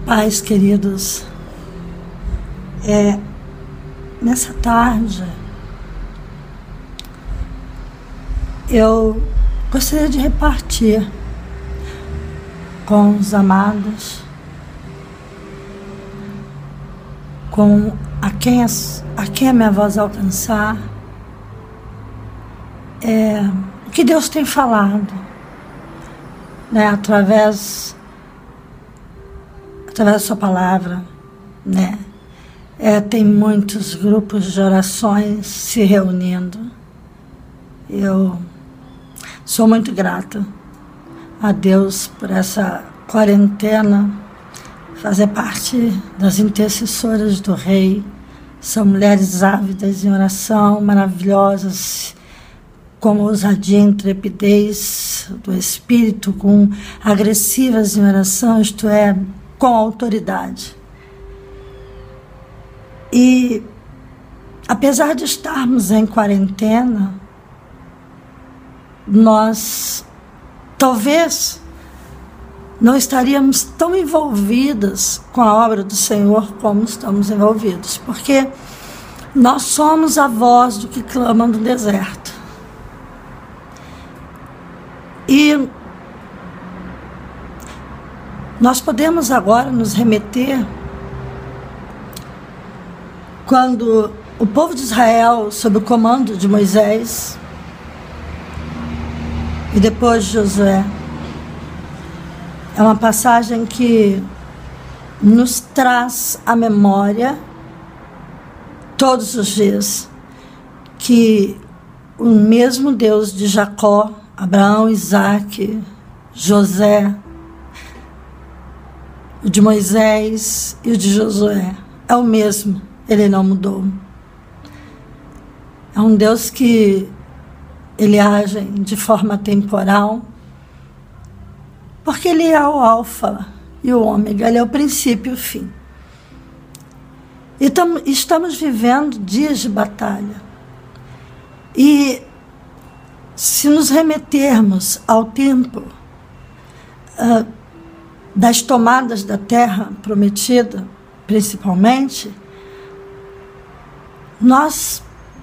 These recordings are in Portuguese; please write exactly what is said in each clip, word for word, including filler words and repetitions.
paz, queridos. É, nessa tarde, eu gostaria de repartir com os amados, com a quem a, a, quem a minha voz alcançar, é, o que Deus tem falado, né, através, através da sua palavra, né? É, tem muitos grupos de orações se reunindo. Eu sou muito grata a Deus por essa quarentena, fazer parte das intercessoras do Rei. São mulheres ávidas em oração, maravilhosas, com ousadia e intrepidez do Espírito, com agressivas em oração, isto é, com autoridade. E, apesar de estarmos em quarentena, nós talvez não estaríamos tão envolvidas com a obra do Senhor como estamos envolvidos, porque nós somos a voz do que clama no deserto. E nós podemos agora nos remeter quando o povo de Israel, sob o comando de Moisés e depois de Josué, é uma passagem que nos traz à memória todos os dias que o mesmo Deus de Jacó, Abraão, Isaque, José, o de Moisés e o de Josué é o mesmo. Ele não mudou. É um Deus que ele age de forma temporal, porque ele é o alfa e o ômega, ele é o princípio e o fim. E tam, estamos vivendo dias de batalha. E se nos remetermos ao tempo uh, das tomadas da terra prometida, principalmente, nós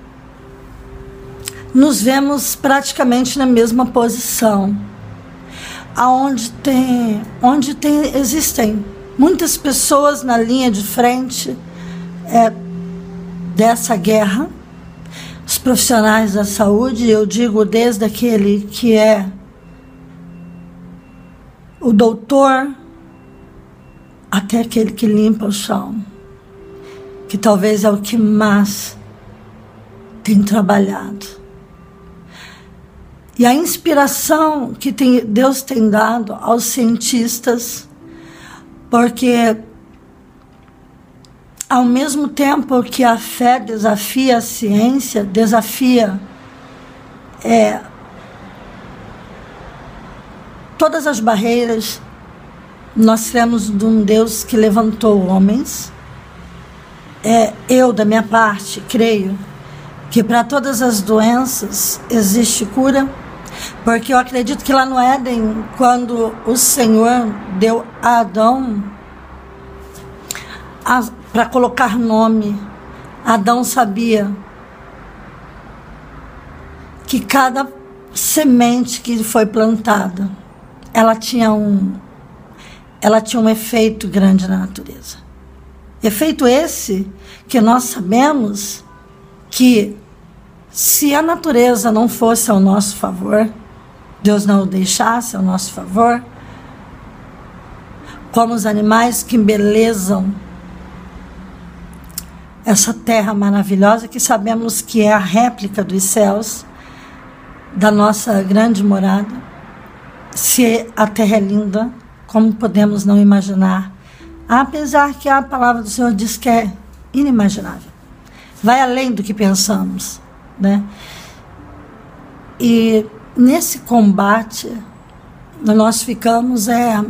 nos vemos praticamente na mesma posição, aonde tem, onde tem, existem muitas pessoas na linha de frente é, dessa guerra, os profissionais da saúde, eu digo desde aquele que é o doutor até aquele que limpa o chão, que talvez é o que mais tem trabalhado. E a inspiração que tem, Deus tem dado aos cientistas, porque ao mesmo tempo que a fé desafia a ciência, desafia é, todas as barreiras, nós temos de um Deus que levantou homens. É, eu, da minha parte, creio que para todas as doenças existe cura, porque eu acredito que lá no Éden, quando o Senhor deu a Adão para colocar nome, Adão sabia que cada semente que foi plantada, ela tinha um, ela tinha um efeito grande na natureza. Efeito esse que nós sabemos que, se a natureza não fosse ao nosso favor, Deus não o deixasse ao nosso favor, como os animais que embelezam essa terra maravilhosa, que sabemos que é a réplica dos céus, da nossa grande morada, se a terra é linda, como podemos não imaginar, apesar que a palavra do Senhor diz que é inimaginável. Vai além do que pensamos, né? E nesse combate, nós ficamos é,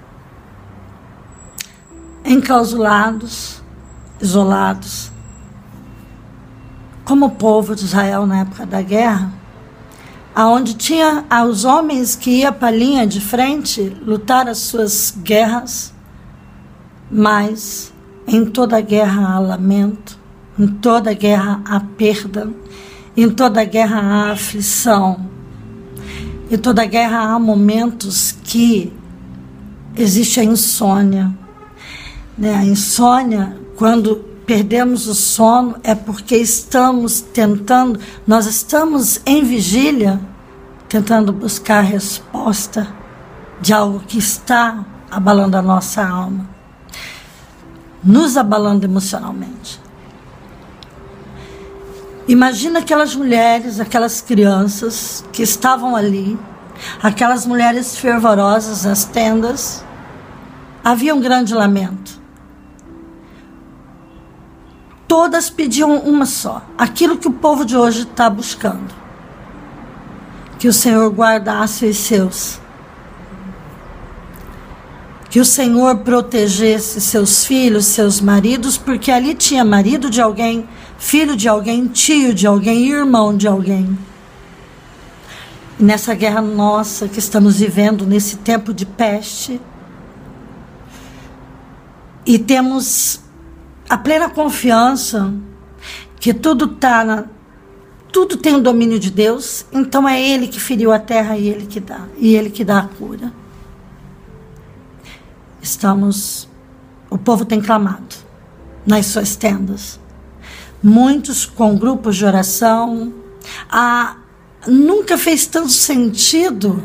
enclausulados, isolados, como o povo de Israel na época da guerra, aonde tinha os homens que iam para a linha de frente lutar as suas guerras, mas em toda guerra há lamento, em toda guerra há perda, em toda guerra há aflição, em toda guerra há momentos que existe a insônia. Né? A insônia, quando perdemos o sono, é porque estamos tentando, nós estamos em vigília, tentando buscar a resposta de algo que está abalando a nossa alma, nos abalando emocionalmente. Imagina aquelas mulheres, aquelas crianças que estavam ali, aquelas mulheres fervorosas nas tendas. Havia um grande lamento. Todas pediam uma só, aquilo que o povo de hoje está buscando: que o Senhor guardasse os seus, que o Senhor protegesse seus filhos, seus maridos, porque ali tinha marido de alguém, filho de alguém, tio de alguém, irmão de alguém. E nessa guerra nossa que estamos vivendo, nesse tempo de peste, e temos a plena confiança que tudo tá na, tudo tem o domínio de Deus, então é Ele que feriu a terra e Ele que dá, e Ele que dá a cura. Estamos, o povo tem clamado nas suas tendas, muitos com grupos de oração. Ah, nunca fez tanto sentido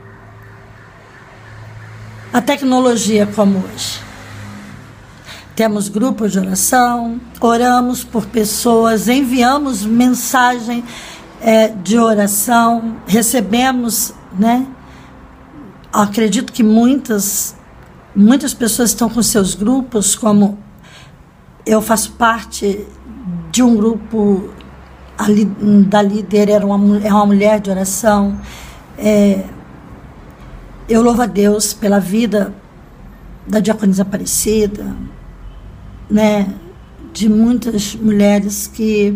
a tecnologia como hoje. Temos grupos de oração, oramos por pessoas, enviamos mensagem é, de oração, recebemos, né? Acredito que muitas, muitas pessoas estão com seus grupos, como eu faço parte de um grupo ali, da líder, era uma, é uma mulher de oração. É, eu louvo a Deus pela vida da diaconisa Aparecida, né, de muitas mulheres que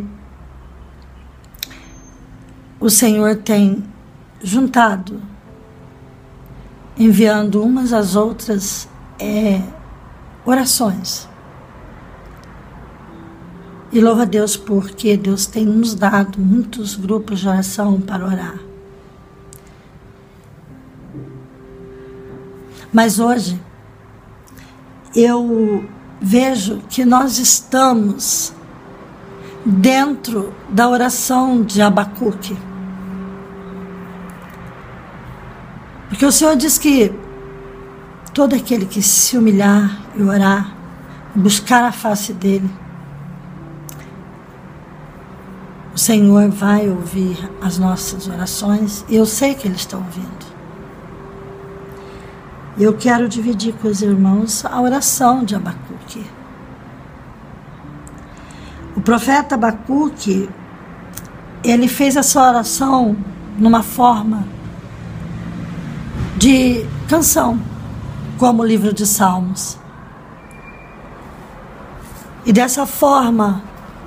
o Senhor tem juntado, enviando umas às outras é, orações. E louva a Deus porque Deus tem nos dado muitos grupos de oração para orar. Mas hoje eu vejo que nós estamos dentro da oração de Abacuque. Porque o Senhor diz que todo aquele que se humilhar e orar, buscar a face dele, o Senhor vai ouvir as nossas orações, e eu sei que Ele está ouvindo. Eu quero dividir com os irmãos a oração de Abacuque. O profeta Abacuque, ele fez essa oração numa forma de canção, como o livro de Salmos. E dessa forma,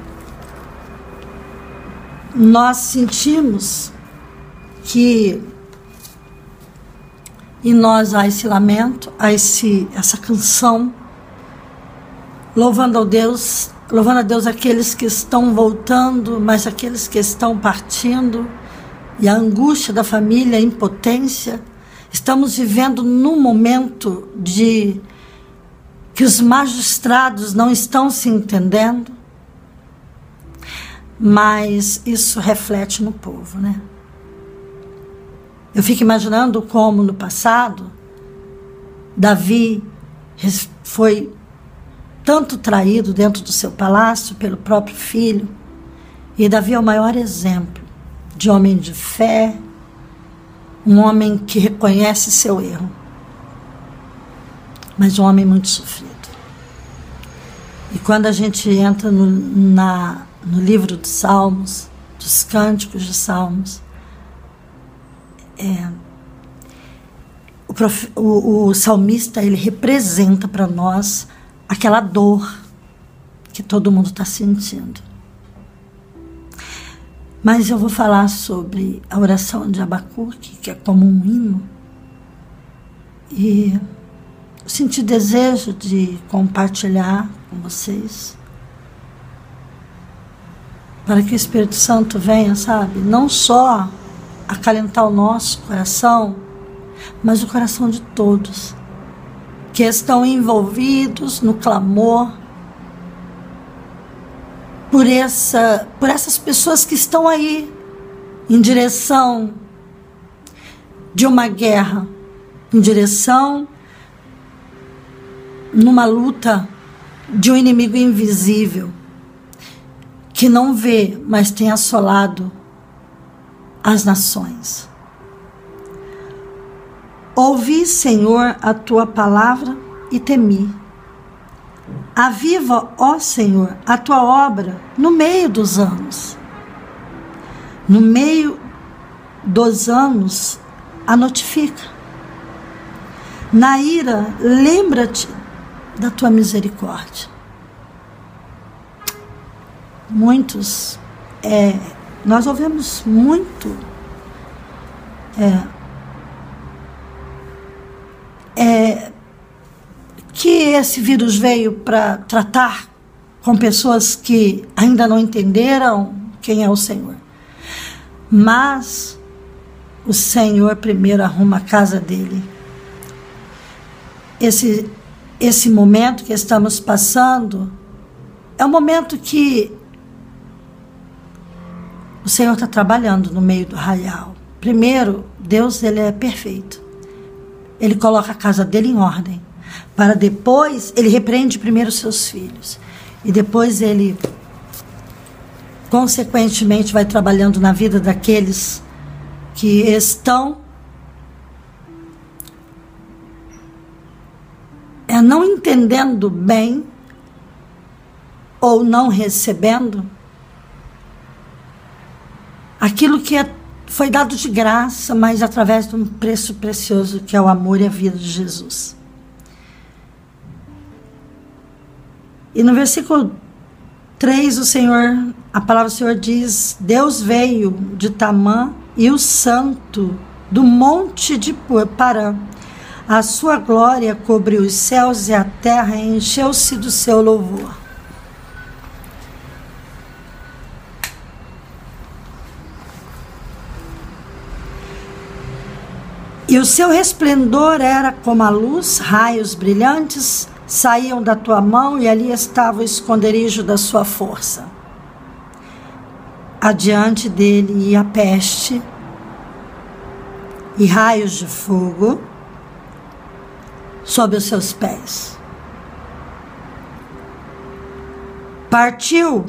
nós sentimos que em nós há esse lamento, há esse, essa canção, louvando a Deus, louvando a Deus aqueles que estão voltando, mas aqueles que estão partindo, e a angústia da família, a impotência. Estamos vivendo num momento de que os magistrados não estão se entendendo, mas isso reflete no povo, né? Eu fico imaginando como no passado Davi foi tanto traído dentro do seu palácio pelo próprio filho, e Davi é o maior exemplo de homem de fé, um homem que reconhece seu erro, mas um homem muito sofrido. E quando a gente entra no, na, no livro dos Salmos, dos Cânticos de Salmos, É, o, prof, o, o salmista, ele representa para nós aquela dor que todo mundo está sentindo. Mas eu vou falar sobre a oração de Abacuque, que é como um hino, e eu senti desejo de compartilhar com vocês, para que o Espírito Santo venha, sabe, não só acalentar o nosso coração, mas o coração de todos que estão envolvidos no clamor por, essa, por essas pessoas que estão aí em direção de uma guerra, em direção numa luta de um inimigo invisível que não vê, mas tem assolado as nações. Ouvi, Senhor, a tua palavra e temi. Aviva, ó Senhor, a tua obra no meio dos anos. No meio dos anos, a notifica. Na ira, lembra-te da tua misericórdia. Muitos, é, nós ouvimos muito é, É, que esse vírus veio para tratar com pessoas que ainda não entenderam quem é o Senhor. Mas o Senhor primeiro arruma a casa dele. Esse, esse momento que estamos passando é um momento que o Senhor está trabalhando no meio do arraial. Primeiro, Deus, ele é perfeito. Ele coloca a casa dele em ordem, para depois, ele repreende primeiro os seus filhos, e depois ele, consequentemente, vai trabalhando na vida daqueles que estão é, não entendendo bem, ou não recebendo, aquilo que é foi dado de graça, mas através de um preço precioso, que é o amor e a vida de Jesus. E no versículo três, o Senhor, a palavra do Senhor diz: Deus veio de Tamã e o santo do monte de Parã. A sua glória cobriu os céus e a terra e encheu-se do seu louvor. E o seu resplendor era como a luz, raios brilhantes saíam da tua mão e ali estava o esconderijo da sua força. Adiante dele ia a peste e raios de fogo sob os seus pés. Partiu,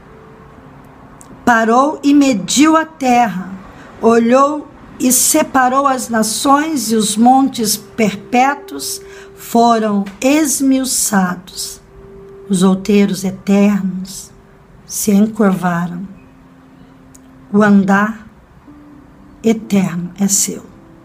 parou e mediu a terra, olhou e separou as nações, e os montes perpétuos foram esmiuçados. Os outeiros eternos se encurvaram. O andar eterno é seu.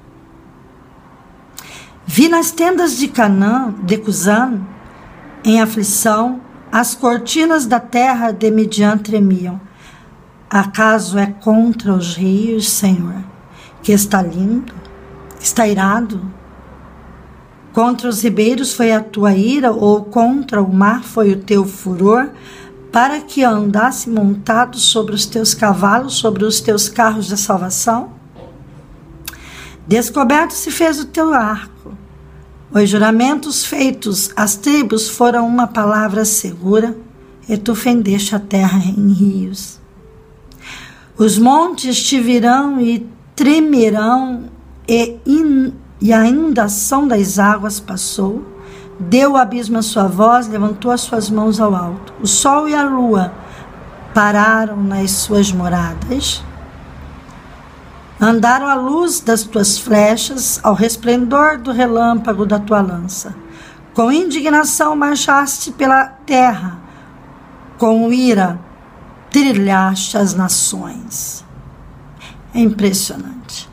Vi nas tendas de Canaã, de Cusã, em aflição, as cortinas da terra de Midian tremiam. Acaso é contra os rios, Senhor, que está lindo, está irado? Contra os ribeiros foi a tua ira, ou contra o mar foi o teu furor, para que andasse montado sobre os teus cavalos, sobre os teus carros de salvação? Descoberto se fez o teu arco. Os juramentos feitos às tribos foram uma palavra segura, e tu fendeste a terra em rios. Os montes te virão e tremerão, e, in, e a inundação das águas passou. Deu o abismo a sua voz, levantou as suas mãos ao alto. O sol e a lua pararam nas suas moradas. Andaram à luz das tuas flechas, ao resplendor do relâmpago da tua lança. Com indignação marchaste pela terra, com ira trilhaste as nações. É impressionante.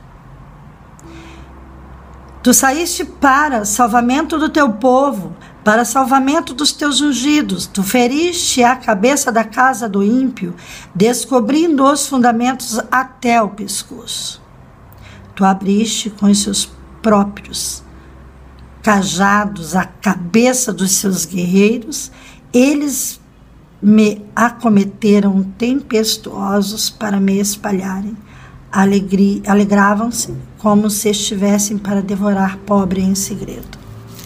Tu saíste para salvamento do teu povo, para salvamento dos teus ungidos. Tu feriste a cabeça da casa do ímpio, descobrindo os fundamentos até o pescoço. Tu abriste com os seus próprios cajados à cabeça dos seus guerreiros, eles me acometeram tempestuosos para me espalharem. Alegri, alegravam-se como se estivessem para devorar pobre em segredo.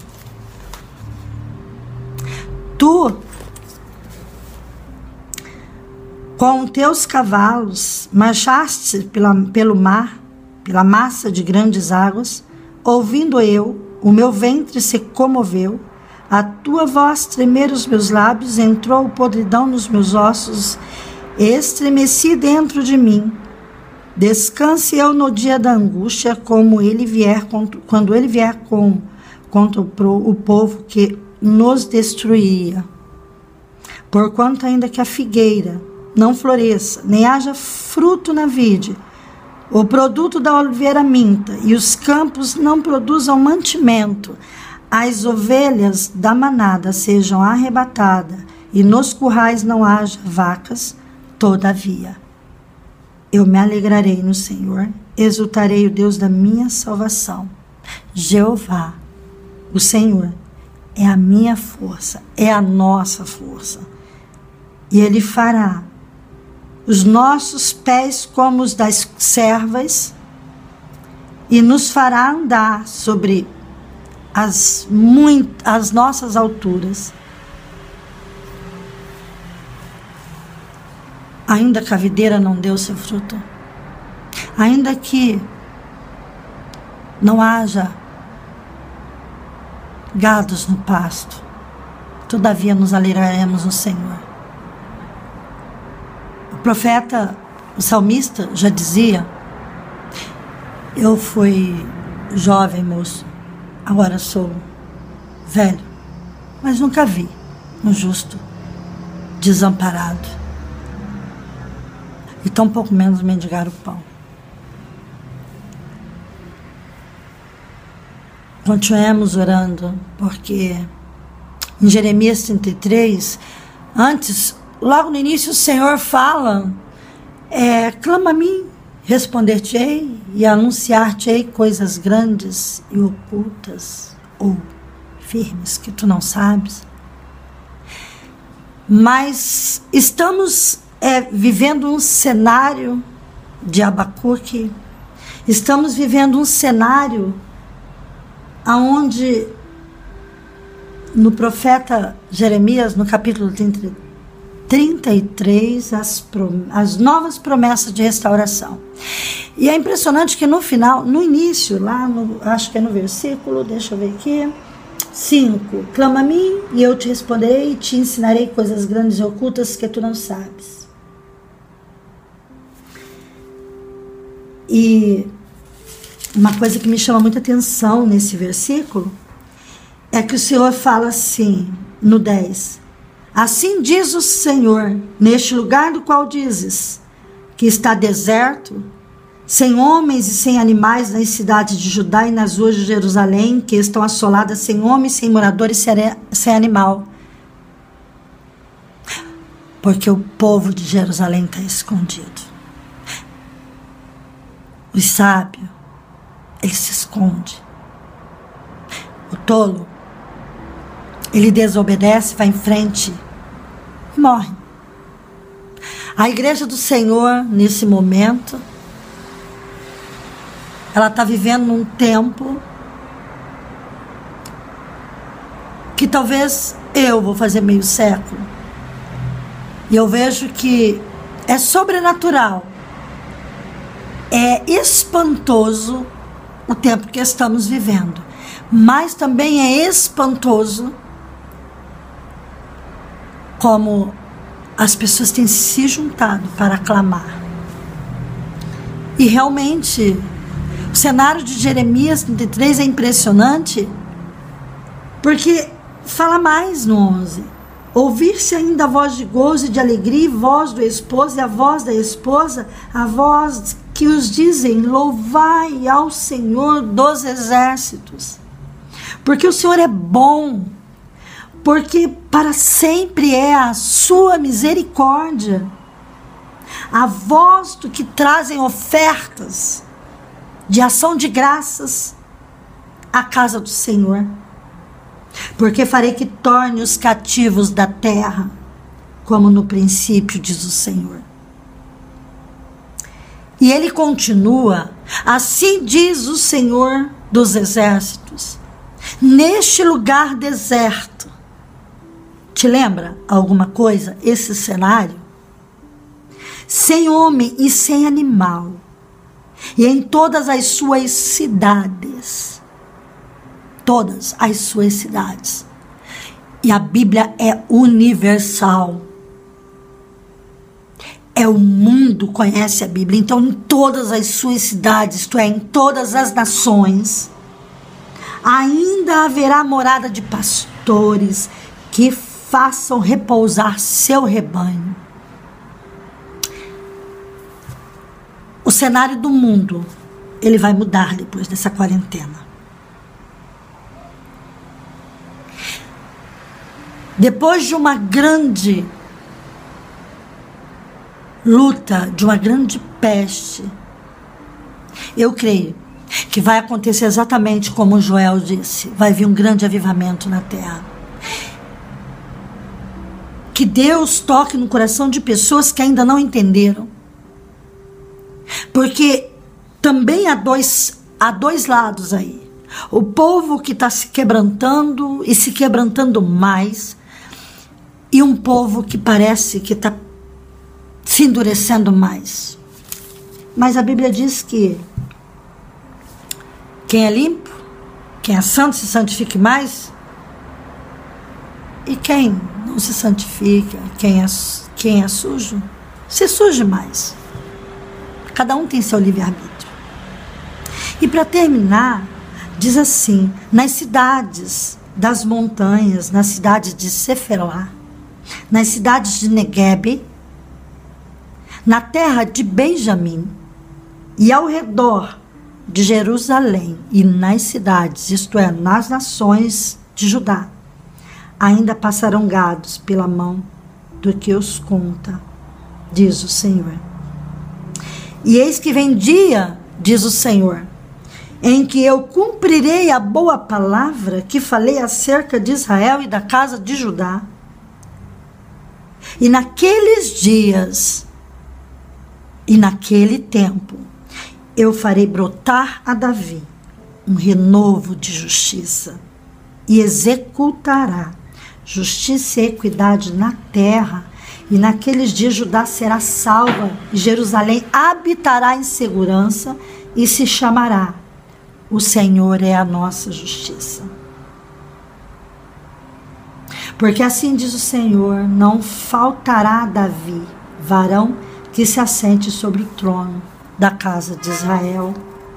Tu, com teus cavalos, marchaste pela, pelo mar, pela massa de grandes águas. Ouvindo eu, o meu ventre se comoveu, a tua voz tremer os meus lábios, entrou podridão nos meus ossos, estremeci dentro de mim. Descanse eu no dia da angústia, como ele vier contra, quando ele vier com, contra o, o povo que nos destruía. Porquanto ainda que a figueira não floresça, nem haja fruto na vide, o produto da oliveira minta, e os campos não produzam mantimento, as ovelhas da manada sejam arrebatadas, e nos currais não haja vacas, todavia eu me alegrarei no Senhor, exultarei o Deus da minha salvação. Jeová, o Senhor, é a minha força, é a nossa força. E Ele fará os nossos pés como os das servas e nos fará andar sobre as, muito, as nossas alturas. Ainda que a videira não deu seu fruto, ainda que não haja gados no pasto, todavia nos alegraremos no Senhor. O profeta, o salmista já dizia: eu fui jovem moço, agora sou velho, mas nunca vi um justo desamparado, e tão pouco menos mendigar o pão. Continuemos orando, porque em Jeremias trinta e três, antes, logo no início, o Senhor fala, é, clama a mim, responder-te-ei e anunciar-te-ei coisas grandes e ocultas ou firmes que tu não sabes. Mas estamos é, vivendo um cenário de Abacuque, estamos vivendo um cenário onde no profeta Jeremias, no capítulo trinta e três, as, as novas promessas de restauração. E é impressionante que no final, no início, lá no, acho que é no versículo, deixa eu ver aqui, cinco, clama a mim e eu te responderei e te ensinarei coisas grandes e ocultas que tu não sabes. E uma coisa que me chama muita atenção nesse versículo é que o Senhor fala assim, no dez, assim diz o Senhor, neste lugar do qual dizes que está deserto, sem homens e sem animais nas cidades de Judá e nas ruas de Jerusalém, que estão assoladas sem homens, sem moradores, sem animal. Porque o povo de Jerusalém está escondido. O sábio, ele se esconde. O tolo, ele desobedece, vai em frente e morre. A igreja do Senhor, nesse momento, ela está vivendo num tempo que talvez eu vou fazer meio século. E eu vejo que é sobrenatural, é espantoso o tempo que estamos vivendo, mas também é espantoso como as pessoas têm se juntado para clamar. E realmente o cenário de Jeremias trinta e três é impressionante, porque fala mais no onze. Ouvir-se ainda a voz de gozo e de alegria, voz do esposo e a voz da esposa, a voz que os dizem, louvai ao Senhor dos exércitos. Porque o Senhor é bom, porque para sempre é a sua misericórdia. A voz do que trazem ofertas de ação de graças à casa do Senhor. porque farei que torne os cativos da terra, como no princípio, diz o Senhor. E ele continua, assim diz o Senhor dos exércitos, neste lugar deserto. Te lembra alguma coisa esse cenário? Sem homem e sem animal, e em todas as suas cidades, todas as suas cidades. E a Bíblia é universal. É o mundo conhece a Bíblia. Então, em todas as suas cidades, isto é, em todas as nações, ainda haverá morada de pastores que façam repousar seu rebanho. O cenário do mundo, ele vai mudar depois dessa quarentena. Depois de uma grande luta, de uma grande peste, eu creio que vai acontecer exatamente como Joel disse, vai vir um grande avivamento na terra. Que Deus toque no coração de pessoas que ainda não entenderam. Porque também há dois, há dois lados aí. O povo que está se quebrantando e se quebrantando mais, e um povo que parece que está se endurecendo mais. Mas a Bíblia diz que quem é limpo, quem é santo se santifique mais, e quem não se santifica, quem é, quem é sujo, se suje mais. Cada um tem seu livre-arbítrio. E para terminar, diz assim, nas cidades das montanhas, nas cidades de Sefelá, nas cidades de Neguebe, na terra de Benjamim e ao redor de Jerusalém e nas cidades, isto é, nas nações de Judá, ainda passarão gados pela mão do que os conta, diz o Senhor. E eis que vem dia, diz o Senhor, em que eu cumprirei a boa palavra que falei acerca de Israel e da casa de Judá. E naqueles dias, e naquele tempo, eu farei brotar a Davi um renovo de justiça, e executará justiça e equidade na terra, e naqueles dias Judá será salva, e Jerusalém habitará em segurança, e se chamará: o Senhor é a nossa justiça. Porque assim diz o Senhor, não faltará a Davi, varão que se assente sobre o trono da casa de Israel.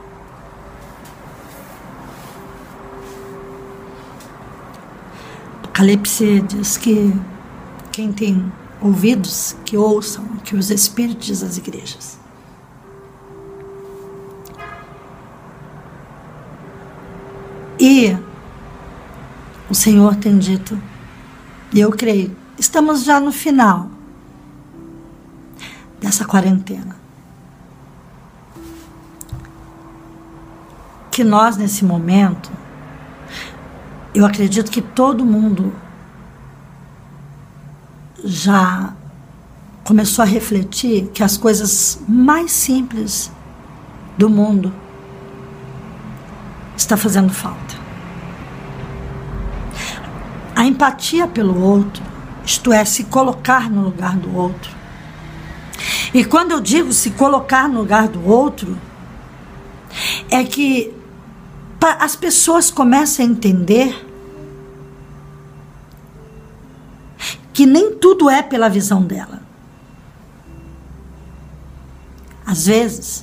Apocalipse diz que quem tem ouvidos, que ouçam, que os Espíritos dizem às igrejas. E o Senhor tem dito, e eu creio, estamos já no final dessa quarentena. Que nós, nesse momento, eu acredito que todo mundo já começou a refletir que as coisas mais simples do mundo está fazendo falta. A empatia pelo outro, isto é, se colocar no lugar do outro. E quando eu digo se colocar no lugar do outro, é que as pessoas começam a entender que nem tudo é pela visão dela. Às vezes,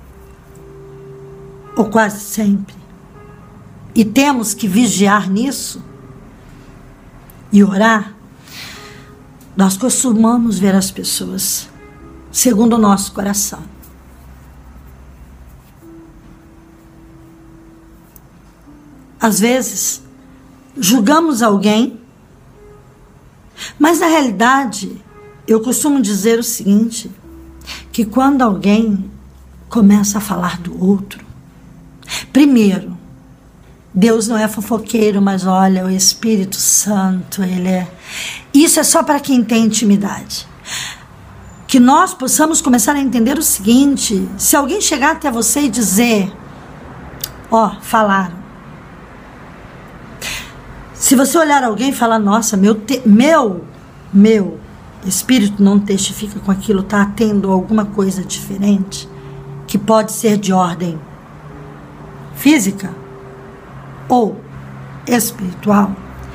ou quase sempre, e temos que vigiar nisso e orar, nós costumamos ver as pessoas segundo o nosso coração. Às vezes, julgamos alguém, mas na realidade, eu costumo dizer o seguinte, que quando alguém começa a falar do outro, primeiro, Deus não é fofoqueiro, mas olha, o Espírito Santo, ele é... Isso é só para quem tem intimidade. Que nós possamos começar a entender o seguinte: se alguém chegar até você e dizer, ó, falaram. Se você olhar alguém e falar, nossa, meu, te, meu, meu espírito não testifica com aquilo, está tendo alguma coisa diferente, que pode ser de ordem física ou espiritual,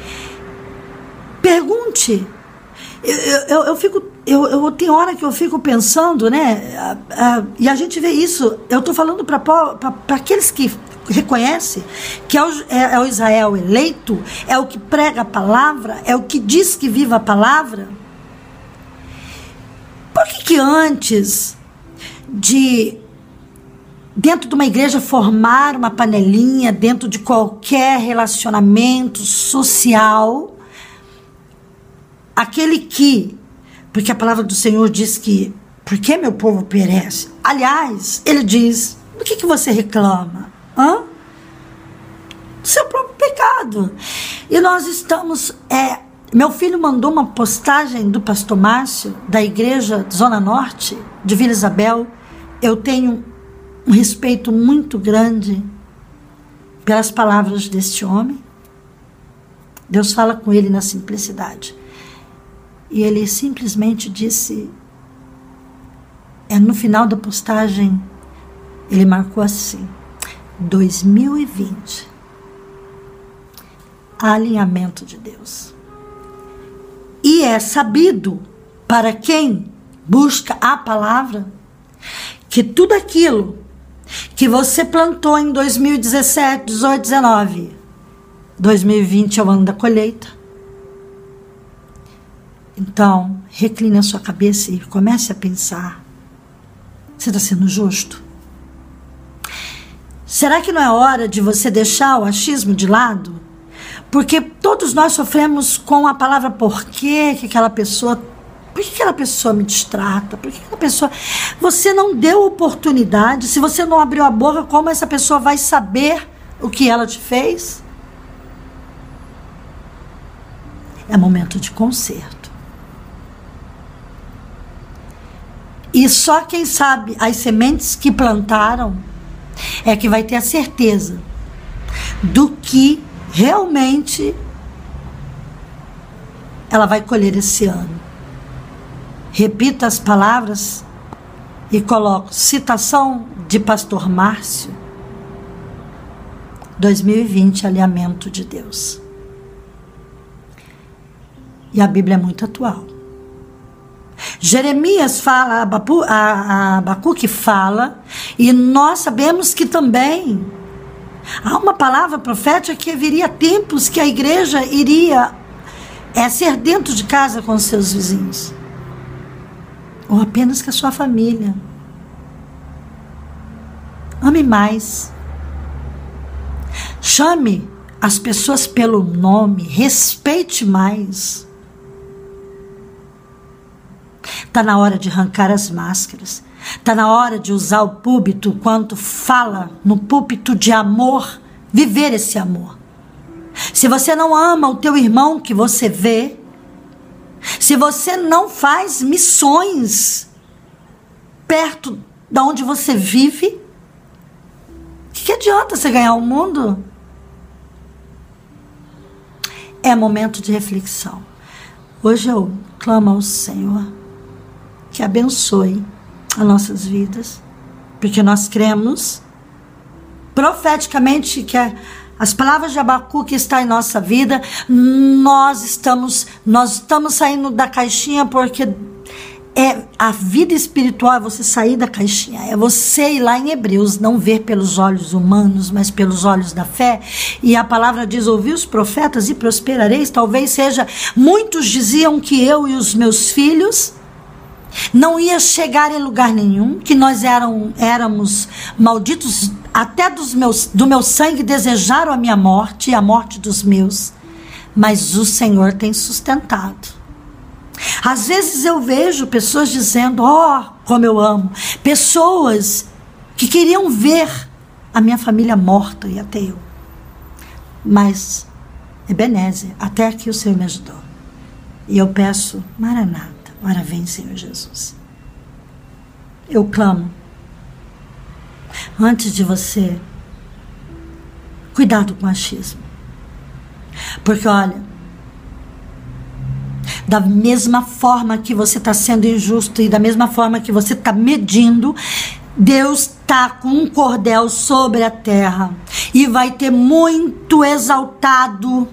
pergunte. Eu, eu, eu fico, eu, eu tenho hora que eu fico pensando, né? A, a, e a gente vê isso. Eu estou falando para aqueles que reconhecem que é o, é, é o Israel eleito, é o que prega a palavra, é o que diz que vive a palavra. Por que que antes de, dentro de uma igreja, formar uma panelinha, dentro de qualquer relacionamento social, aquele que, porque a palavra do Senhor diz que, por que meu povo perece? Aliás, ele diz, do que que você reclama? Hã? Do seu próprio pecado. E nós estamos, é, meu filho mandou uma postagem do pastor Márcio, da igreja Zona Norte, de Vila Isabel. Eu tenho um respeito muito grande pelas palavras deste homem. Deus fala com ele na simplicidade. E ele simplesmente disse, é, no final da postagem, ele marcou assim, dois mil e vinte, alinhamento de Deus. E é sabido para quem busca a palavra que tudo aquilo que você plantou em dois mil e dezessete, dezoito, dezenove, dois mil e vinte é o ano da colheita. Então, recline a sua cabeça e comece a pensar. Você está sendo justo? Será que não é hora de você deixar o achismo de lado? Porque todos nós sofremos com a palavra por quê, que aquela pessoa... Por que aquela pessoa me distrata? Por que aquela pessoa... Você não deu oportunidade. Se você não abriu a boca, como essa pessoa vai saber o que ela te fez? É momento de conserto. E só quem sabe as sementes que plantaram é que vai ter a certeza do que realmente ela vai colher esse ano. Repita as palavras e coloco citação de pastor Márcio, dois mil e vinte, alinhamento de Deus. E a Bíblia é muito atual. Jeremias fala, a Abacuque fala, e nós sabemos que também há uma palavra profética que viria tempos que a igreja iria é, ser dentro de casa com os seus vizinhos, ou apenas com a sua família. Ame mais, chame as pessoas pelo nome, respeite mais. Está na hora de arrancar as máscaras. Está na hora de usar o púlpito quando fala no púlpito de amor, viver esse amor. Se você não ama o teu irmão que você vê, se você não faz missões perto de onde você vive, o que, que adianta você ganhar o mundo? É momento de reflexão. Hoje eu clamo ao Senhor que abençoe as nossas vidas, porque nós cremos profeticamente que as palavras de Abacuque estão em nossa vida. Nós estamos, nós estamos saindo da caixinha, porque é a vida espiritual, é você sair da caixinha, é você ir lá em Hebreus, não ver pelos olhos humanos, mas pelos olhos da fé. E a palavra diz, ouvi os profetas e prosperareis. Talvez seja, muitos diziam que eu e os meus filhos não ia chegar em lugar nenhum, que nós eram, éramos malditos, até dos meus, do meu sangue desejaram a minha morte e a morte dos meus, mas o Senhor tem sustentado. Às vezes eu vejo pessoas dizendo, ó, oh, como eu amo, pessoas que queriam ver a minha família morta, e até eu. mas Ebenezer, até aqui o Senhor me ajudou. E eu peço, Maranata, ora vem, Senhor Jesus. Eu clamo, antes de você, cuidado com o achismo. Porque olha, da mesma forma que você está sendo injusto e da mesma forma que você está medindo, Deus está com um cordel sobre a terra e vai ter muito exaltado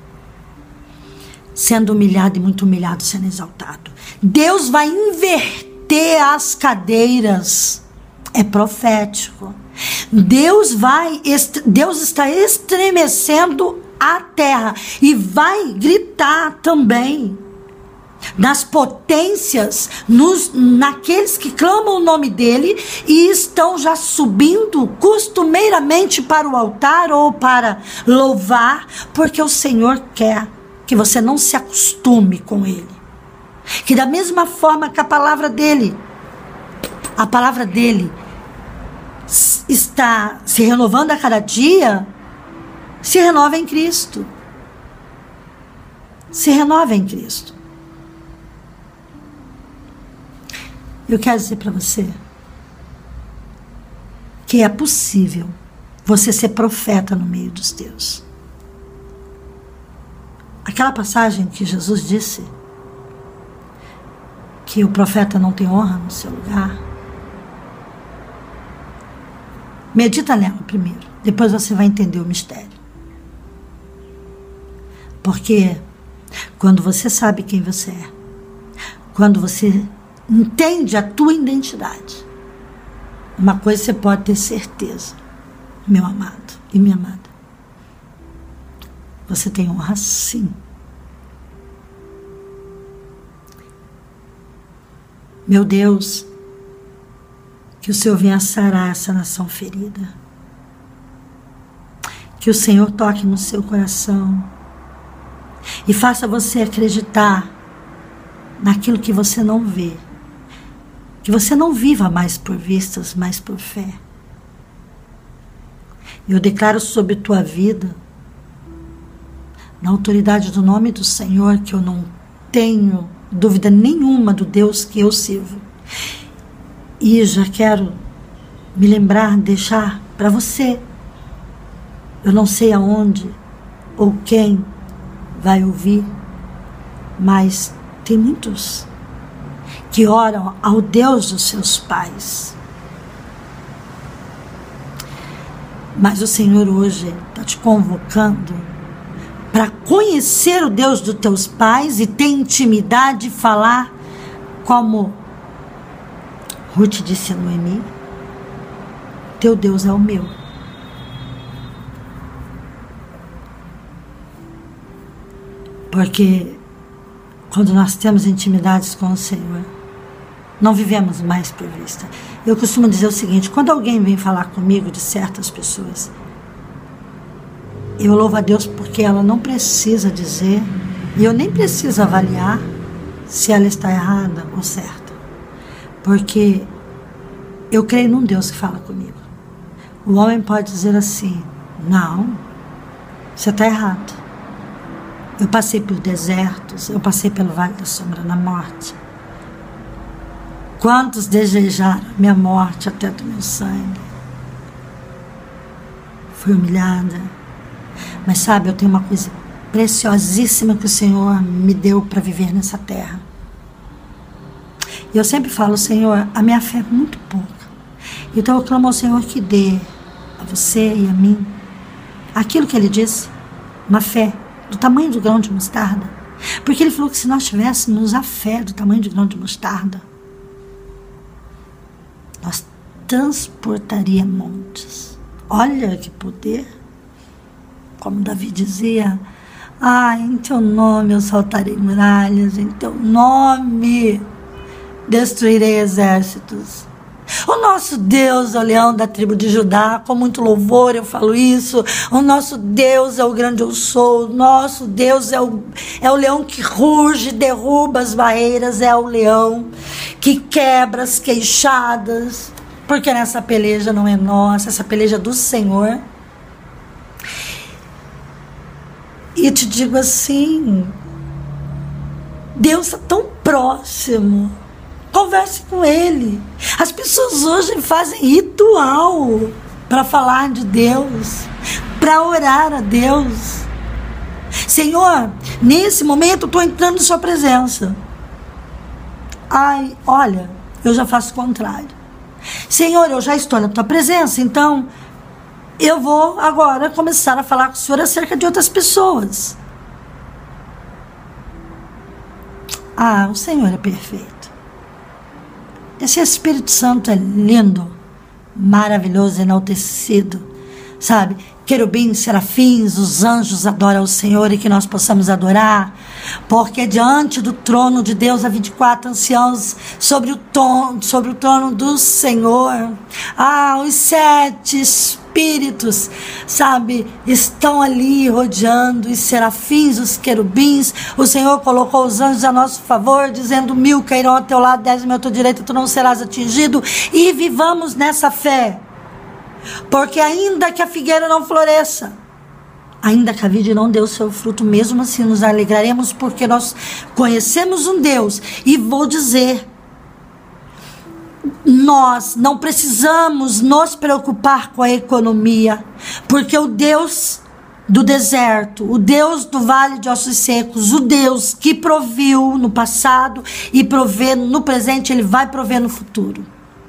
sendo humilhado e muito humilhado sendo exaltado. Deus vai inverter as cadeiras. É profético. Deus vai, Deus está estremecendo a terra e vai gritar também nas potências, nos, naqueles que clamam o nome dele e estão já subindo costumeiramente para o altar ou para louvar, porque o Senhor quer que você não se acostume com ele. Que da mesma forma que a palavra dele, a palavra dele está se renovando a cada dia, se renova em Cristo. Se renova em Cristo. Eu quero dizer para você que é possível você ser profeta no meio dos teus. Aquela passagem que Jesus disse que o profeta não tem honra no seu lugar. Medita nela primeiro, depois você vai entender o mistério. Porque quando você sabe quem você é, quando você entende a tua identidade, uma coisa você pode ter certeza, meu amado e minha amada, você tem honra sim. Meu Deus, que o Senhor venha sarar essa nação ferida. Que o Senhor toque no seu coração e faça você acreditar naquilo que você não vê. Que você não viva mais por vistas, mas por fé. Eu declaro sobre tua vida, na autoridade do nome do Senhor, que eu não tenho dúvida nenhuma do Deus que eu sirvo. E já quero me lembrar, deixar para você. Eu não sei aonde ou quem vai ouvir, mas tem muitos que oram ao Deus dos seus pais. Mas o Senhor hoje está te convocando para conhecer o Deus dos teus pais e ter intimidade e falar como Ruth disse a Noemi: teu Deus é o meu. Porque quando nós temos intimidades com o Senhor, não vivemos mais por vista. Eu costumo dizer o seguinte: quando alguém vem falar comigo de certas pessoas, eu louvo a Deus porque ela não precisa dizer, e eu nem preciso avaliar se ela está errada ou certa. Porque eu creio num Deus que fala comigo. O homem pode dizer assim: não, você está errado. Eu passei por desertos, eu passei pelo vale da sombra da morte. Quantos desejaram minha morte até do meu sangue? Fui humilhada. Mas sabe, eu tenho uma coisa preciosíssima que o Senhor me deu para viver nessa terra. E eu sempre falo: Senhor, a minha fé é muito pouca. Então eu clamo ao Senhor que dê a você e a mim aquilo que Ele disse, uma fé do tamanho do grão de mostarda. Porque Ele falou que se nós tivéssemos a fé do tamanho do grão de mostarda, nós transportaríamos montes. Olha que poder! Como Davi dizia: ah, em teu nome eu saltarei muralhas, em teu nome destruirei exércitos. O nosso Deus é o leão da tribo de Judá, com muito louvor eu falo isso. O nosso Deus é o grande eu sou. O nosso Deus é o, é o leão que ruge, derruba as barreiras, é o leão que quebra as queixadas, porque nessa peleja não é nossa, essa peleja é do Senhor. E te digo assim, Deus está tão próximo. Converse com Ele. As pessoas hoje fazem ritual para falar de Deus, para orar a Deus. Senhor, nesse momento eu estou entrando em sua presença. Ai, olha, eu já faço o contrário. Senhor, eu já estou na tua presença, então eu vou agora começar a falar com o Senhor acerca de outras pessoas. Ah, o Senhor é perfeito. Esse Espírito Santo é lindo, maravilhoso, enaltecido, sabe? Querubins, serafins, os anjos adoram o Senhor e que nós possamos adorar, porque diante do trono de Deus há vinte e quatro anciãos sobre o, tom, sobre o trono do Senhor. Ah, os sete espíritos, sabe, estão ali rodeando, os serafins, os querubins. O Senhor colocou os anjos a nosso favor, dizendo: mil cairão ao teu lado, dez mil à tua direita, tu não serás atingido. E vivamos nessa fé. Porque ainda que a figueira não floresça, ainda que a vide não dê o seu fruto, mesmo assim nos alegraremos, porque nós conhecemos um Deus. E vou dizer, nós não precisamos nos preocupar com a economia, porque o Deus do deserto, o Deus do vale de ossos secos, o Deus que proviu no passado e provê no presente, Ele vai prover no futuro.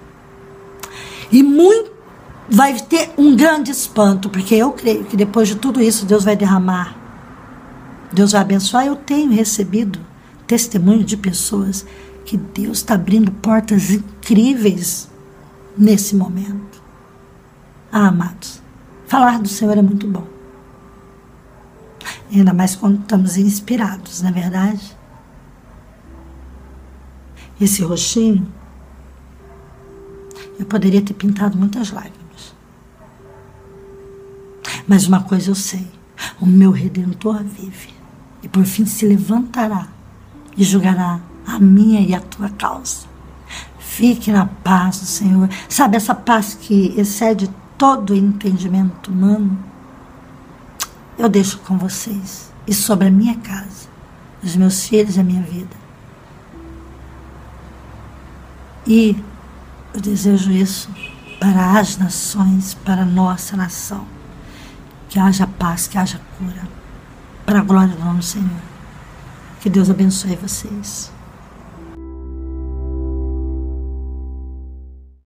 E muito vai ter um grande espanto, porque eu creio que depois de tudo isso Deus vai derramar, Deus vai abençoar. Eu tenho recebido testemunho de pessoas que Deus está abrindo portas incríveis nesse momento. Ah, amados, falar do Senhor é muito bom, ainda mais quando estamos inspirados, não é verdade? Esse roxinho, eu poderia ter pintado muitas lágrimas. Mas uma coisa eu sei, o meu Redentor vive, e por fim se levantará e julgará a minha e a tua causa. Fique na paz do Senhor. Sabe, essa paz que excede todo o entendimento humano, eu deixo com vocês, e sobre a minha casa, os meus filhos e a minha vida. E eu desejo isso para as nações, para a nossa nação. Que haja paz, que haja cura, para a glória do nome do Senhor. Que Deus abençoe vocês.